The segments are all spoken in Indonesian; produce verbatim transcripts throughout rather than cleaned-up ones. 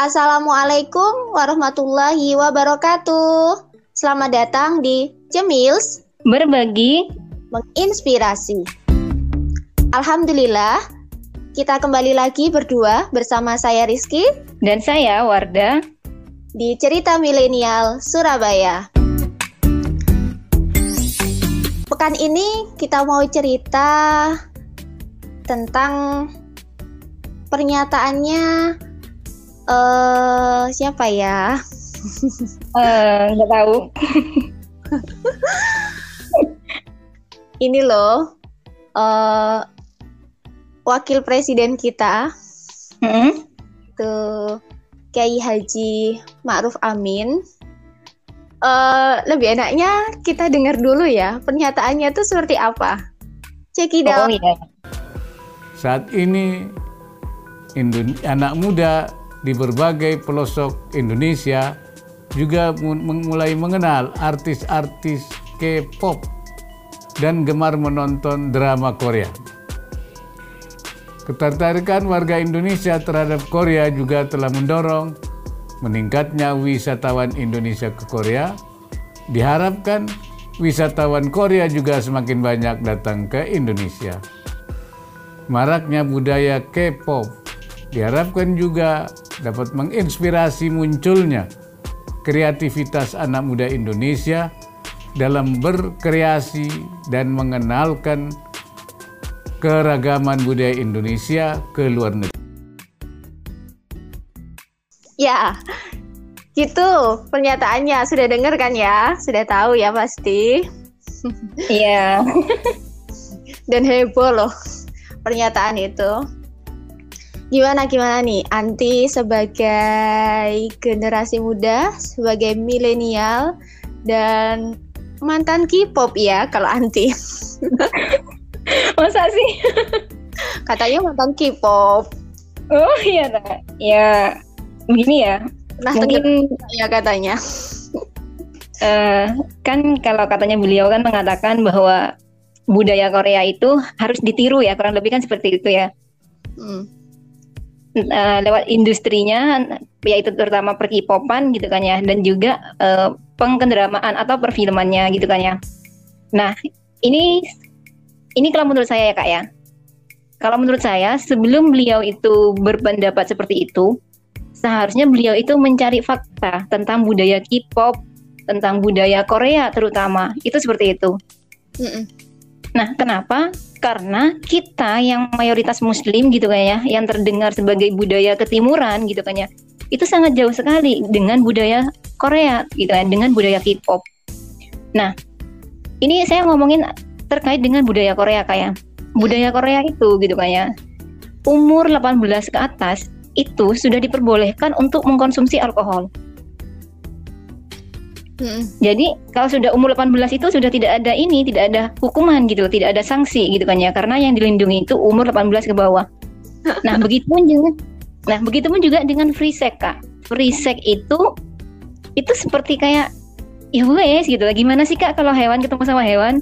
Assalamualaikum warahmatullahi wabarakatuh. Selamat datang di Cemils Berbagi Menginspirasi. Alhamdulillah, kita kembali lagi berdua bersama saya Rizky dan saya Wardah di Cerita Milenial Surabaya. Pekan ini kita mau cerita tentang pernyataannya uh, siapa ya? Uh, nggak tahu. Ini loh, uh, wakil presiden kita, hmm? tuh Kiai Haji Ma'ruf Amin. Uh, lebih enaknya kita dengar dulu ya pernyataannya tuh seperti apa. Cekidot. Oh iya. Saat ini Indone- anak muda di berbagai pelosok Indonesia juga mulai mengenal artis-artis K-pop dan gemar menonton drama Korea. Ketertarikan warga Indonesia terhadap Korea juga telah mendorong meningkatnya wisatawan Indonesia ke Korea. Diharapkan wisatawan Korea juga semakin banyak datang ke Indonesia. Maraknya budaya K-pop diharapkan juga dapat menginspirasi munculnya kreativitas anak muda Indonesia dalam berkreasi dan mengenalkan keragaman budaya Indonesia ke luar negeri. Ya, gitu pernyataannya. Sudah dengar kan ya? Sudah tahu ya pasti. Iya. Dan heboh loh pernyataan itu. Gimana gimana nih Anti sebagai generasi muda, sebagai milenial dan mantan K-pop ya kalau Anti. Masa sih? Katanya mantan K-pop. Oh iya, nah. Ya begini ya. Nah, mungkin ya katanya. Uh, kan kalau katanya beliau kan mengatakan bahwa budaya Korea itu harus ditiru ya, kurang lebih kan seperti itu ya. Hmm. Uh, lewat industrinya, yaitu terutama per K-popan gitu kan ya, dan juga uh, pengkendramaan atau perfilmannya gitu kan ya. Nah, ini ini kalau menurut saya ya Kak ya. Kalau menurut saya sebelum beliau itu berpendapat seperti itu, seharusnya beliau itu mencari fakta tentang budaya K-pop, tentang budaya Korea terutama. Itu seperti itu. Mm-mm. Nah, kenapa? Karena kita yang mayoritas muslim gitu kan ya, yang terdengar sebagai budaya ketimuran gitu kan ya, itu sangat jauh sekali dengan budaya Korea gitu kan, dengan budaya K-pop. Nah, ini saya ngomongin terkait dengan budaya Korea kayak. Budaya Korea itu gitu kan ya, umur delapan belas ke atas itu sudah diperbolehkan untuk mengkonsumsi alkohol. Hmm. Jadi kalau sudah umur delapan belas itu sudah tidak ada ini, tidak ada hukuman gitu, tidak ada sanksi gitu kan ya, karena yang dilindungi itu umur delapan belas ke bawah. Nah, begitupun juga Nah, begitupun juga dengan free sex, Kak. Free sex itu itu seperti kayak ya wes gitu lah. Gimana sih Kak kalau hewan ketemu sama hewan?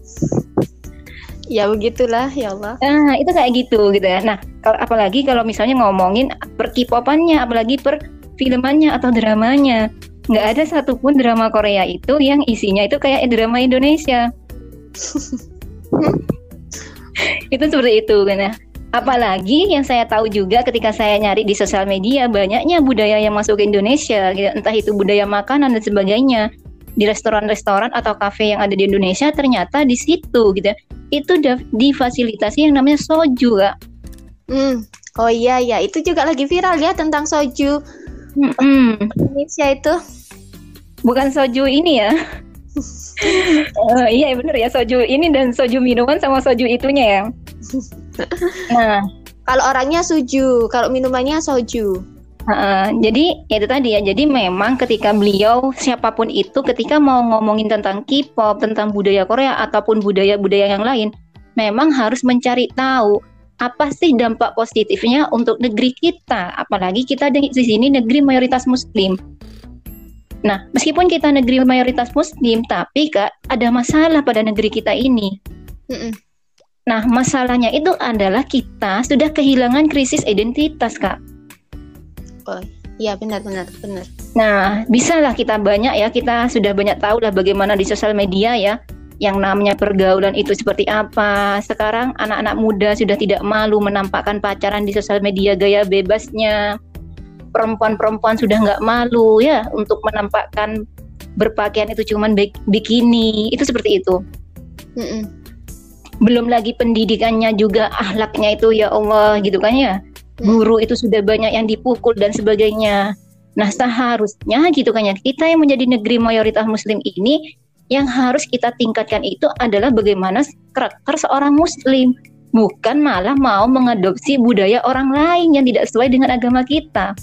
Ya begitulah, ya Allah. Nah, itu kayak gitu gitu ya. Nah, kalau apalagi kalau misalnya ngomongin per K-popannya, apalagi per filmannya atau dramanya. Nggak ada satupun drama Korea itu yang isinya itu kayak drama Indonesia. Itu seperti itu kan ya. Apalagi yang saya tahu juga ketika saya nyari di sosial media, banyaknya budaya yang masuk ke Indonesia gitu. Entah itu budaya makanan dan sebagainya. Di restoran-restoran atau kafe yang ada di Indonesia ternyata di situ gitu. Itu difasilitasi yang namanya soju, Kak. Hmm. Oh iya ya, itu juga lagi viral ya tentang soju. Mm-mm. Indonesia itu bukan soju ini ya. uh, iya benar ya, soju ini dan soju minuman sama soju itunya ya. Nah, kalau orangnya suju, kalau minumannya soju. Uh, jadi ya itu tadi ya. Jadi memang ketika beliau siapapun itu ketika mau ngomongin tentang K-pop, tentang budaya Korea ataupun budaya-budaya yang lain, memang harus mencari tahu apa sih dampak positifnya untuk negeri kita, apalagi kita di sini negeri mayoritas muslim. Nah, meskipun kita negeri mayoritas muslim, tapi Kak, ada masalah pada negeri kita ini. Mm-mm. Nah, masalahnya itu adalah kita sudah kehilangan krisis identitas, Kak. Oh, Iya, benar benar benar. Nah, bisalah kita banyak ya, kita sudah banyak tahu lah bagaimana di sosial media ya, yang namanya pergaulan itu seperti apa. Sekarang anak-anak muda sudah tidak malu menampakkan pacaran di sosial media gaya bebasnya. Perempuan-perempuan sudah nggak malu ya untuk menampakkan berpakaian itu cuman bikini, itu seperti itu. Mm-mm. Belum lagi pendidikannya juga, akhlaknya itu ya Allah gitu kan ya. Guru itu sudah banyak yang dipukul dan sebagainya. Nah, seharusnya gitu kan ya, kita yang menjadi negeri mayoritas muslim ini, yang harus kita tingkatkan itu adalah bagaimana karakter seorang muslim, bukan malah mau mengadopsi budaya orang lain yang tidak sesuai dengan agama kita.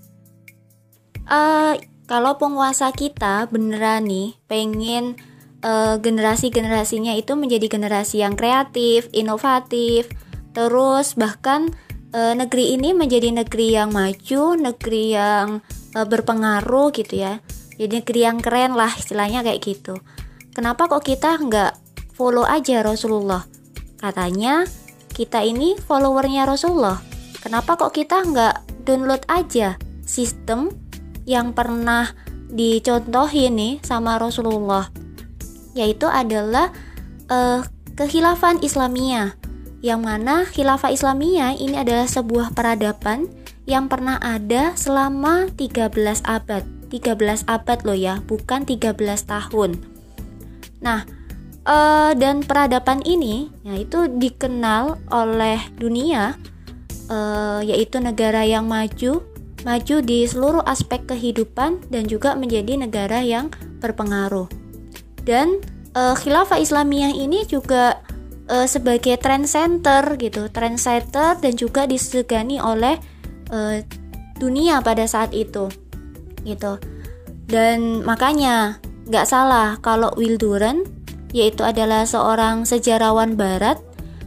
Uh, kalau penguasa kita beneran nih pengen uh, generasi-generasinya itu menjadi generasi yang kreatif, inovatif, terus bahkan uh, negeri ini menjadi negeri yang maju, negeri yang uh, berpengaruh gitu ya, jadi negeri yang keren lah istilahnya kayak gitu. Kenapa kok kita nggak follow aja Rasulullah? Katanya kita ini followernya Rasulullah. Kenapa kok kita nggak download aja sistem yang pernah dicontohin nih sama Rasulullah, yaitu adalah uh, kekhilafan Islamiyah, yang mana khilafah Islamiyah ini adalah sebuah peradaban yang pernah ada selama tiga belas abad. tiga belas abad loh ya, bukan tiga belas tahun. Nah, uh, dan peradaban ini yaitu dikenal oleh dunia, uh, yaitu negara yang maju maju di seluruh aspek kehidupan dan juga menjadi negara yang berpengaruh. Dan uh, khilafah Islamiyah ini juga uh, sebagai trend center gitu, trend setter dan juga disegani oleh uh, dunia pada saat itu gitu. Dan makanya nggak salah kalau Will Durant, yaitu adalah seorang sejarawan barat,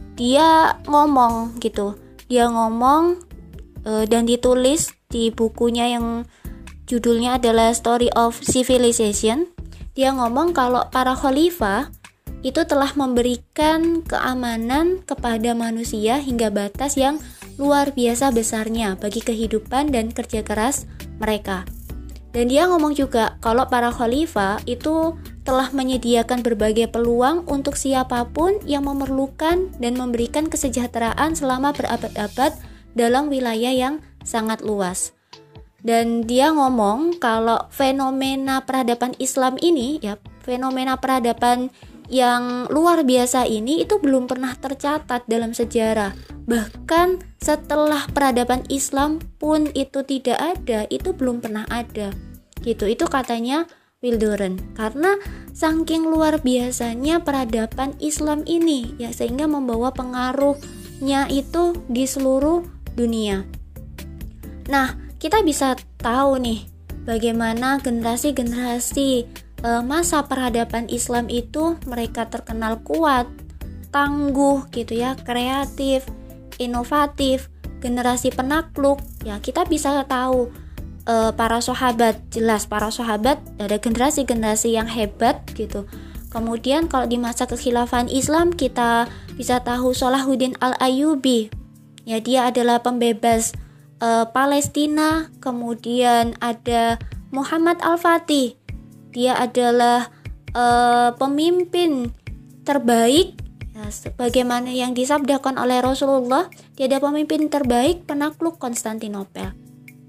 dia ngomong gitu, dia ngomong uh, dan ditulis di bukunya yang judulnya adalah Story of Civilization. Dia ngomong kalau para khalifah itu telah memberikan keamanan kepada manusia hingga batas yang luar biasa besarnya bagi kehidupan dan kerja keras mereka. Dan dia ngomong juga kalau para khalifah itu telah menyediakan berbagai peluang untuk siapapun yang memerlukan dan memberikan kesejahteraan selama berabad-abad dalam wilayah yang sangat luas. Dan dia ngomong kalau fenomena peradaban Islam ini ya, fenomena peradaban yang luar biasa ini itu belum pernah tercatat dalam sejarah. Bahkan setelah peradaban Islam pun itu tidak ada, itu belum pernah ada. Gitu, itu katanya Will Durant. Karena saking luar biasanya peradaban Islam ini ya, sehingga membawa pengaruhnya itu di seluruh dunia. Nah, kita bisa tahu nih bagaimana generasi-generasi e, masa peradaban Islam itu mereka terkenal kuat, tangguh gitu ya, kreatif, inovatif, generasi penakluk. Ya, kita bisa tahu e, para sahabat, jelas para sahabat ada generasi-generasi yang hebat gitu. Kemudian kalau di masa kekhilafan Islam kita bisa tahu Salahuddin Al-Ayyubi. Ya, dia adalah pembebas Uh, Palestina. Kemudian ada Muhammad Al-Fatih, dia adalah uh, pemimpin terbaik ya, sebagaimana yang disabdakan oleh Rasulullah, dia adalah pemimpin terbaik penakluk Konstantinopel.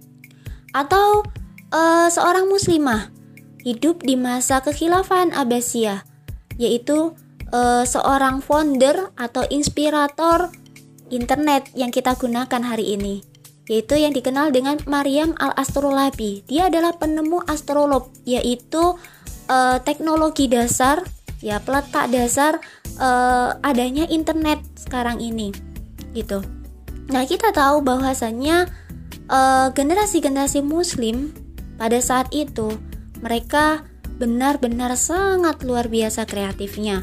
Atau uh, seorang muslimah hidup di masa kekhilafan Abbasiyah, yaitu uh, seorang founder atau inspirator internet yang kita gunakan hari ini, yaitu yang dikenal dengan Maryam Al-Astrolabi. Dia adalah penemu astrolog, yaitu uh, teknologi dasar, ya peletak dasar uh, adanya internet sekarang ini, gitu. Nah, kita tahu bahwasannya uh, generasi-generasi Muslim pada saat itu mereka benar-benar sangat luar biasa kreatifnya.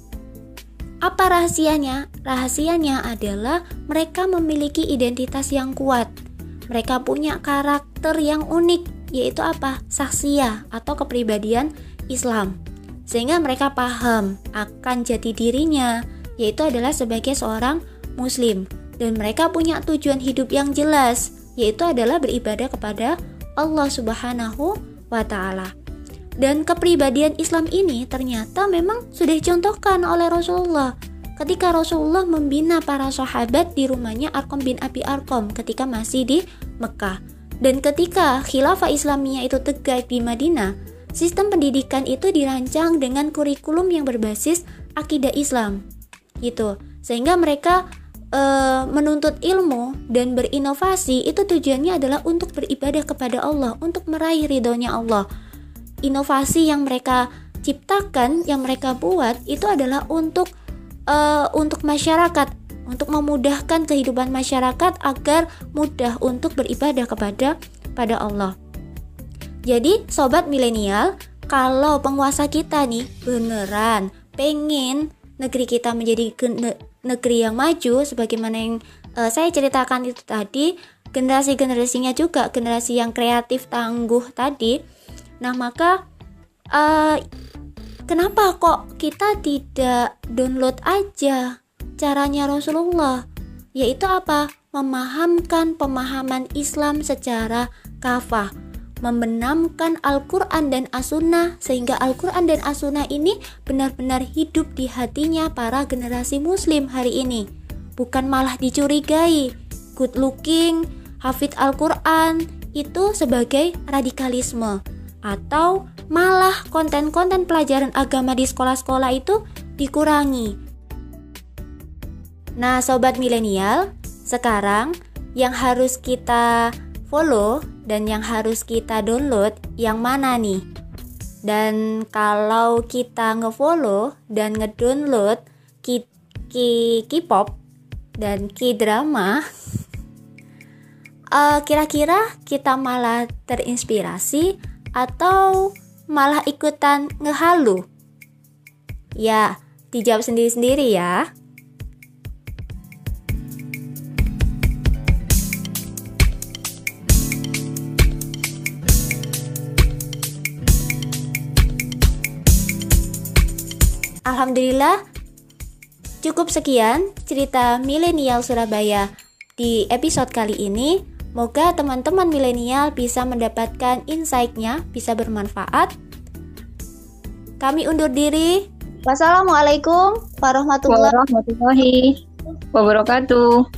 Apa rahasianya? Rahasianya adalah mereka memiliki identitas yang kuat. Mereka punya karakter yang unik, yaitu apa? Saksiyah atau kepribadian Islam. Sehingga mereka paham akan jati dirinya, yaitu adalah sebagai seorang muslim. Dan mereka punya tujuan hidup yang jelas, yaitu adalah beribadah kepada Allah Subhanahu wa Ta'ala. Dan kepribadian Islam ini ternyata memang sudah dicontohkan oleh Rasulullah ketika Rasulullah membina para sahabat di rumahnya Arqam bin Abi Arqam ketika masih di Mekah. Dan ketika khilafah Islamiyah itu tegak di Madinah, sistem pendidikan itu dirancang dengan kurikulum yang berbasis akidah Islam gitu. Sehingga mereka e, menuntut ilmu dan berinovasi itu tujuannya adalah untuk beribadah kepada Allah, untuk meraih ridhonya Allah. Inovasi yang mereka ciptakan, yang mereka buat itu adalah untuk uh, untuk masyarakat, untuk memudahkan kehidupan masyarakat agar mudah untuk beribadah kepada pada Allah. Jadi sobat milenial, kalau penguasa kita nih beneran pengen negeri kita menjadi negeri yang maju sebagaimana yang uh, saya ceritakan itu tadi, generasi-generasinya juga generasi yang kreatif, tangguh tadi. Nah maka uh, kenapa kok kita tidak download aja caranya Rasulullah? Yaitu apa? Memahamkan pemahaman Islam secara kafah, membenamkan Al-Quran dan As-Sunnah sehingga Al-Quran dan As-Sunnah ini benar-benar hidup di hatinya para generasi muslim hari ini. Bukan malah dicurigai good looking, hafidz Al-Quran itu sebagai radikalisme, atau malah konten-konten pelajaran agama di sekolah-sekolah itu dikurangi. Nah sobat milenial, sekarang yang harus kita follow dan yang harus kita download yang mana nih? Dan kalau kita ngefollow dan ngedownload K- K- K-pop dan K-drama, uh, kira-kira kita malah terinspirasi atau malah ikutan ngehalu? Ya, dijawab sendiri-sendiri ya. Alhamdulillah, cukup sekian cerita milenial Surabaya di episode kali ini. Moga teman-teman milenial bisa mendapatkan insight-nya, bisa bermanfaat. Kami undur diri. Wassalamualaikum warahmatullahi warahmatullahi wabarakatuh.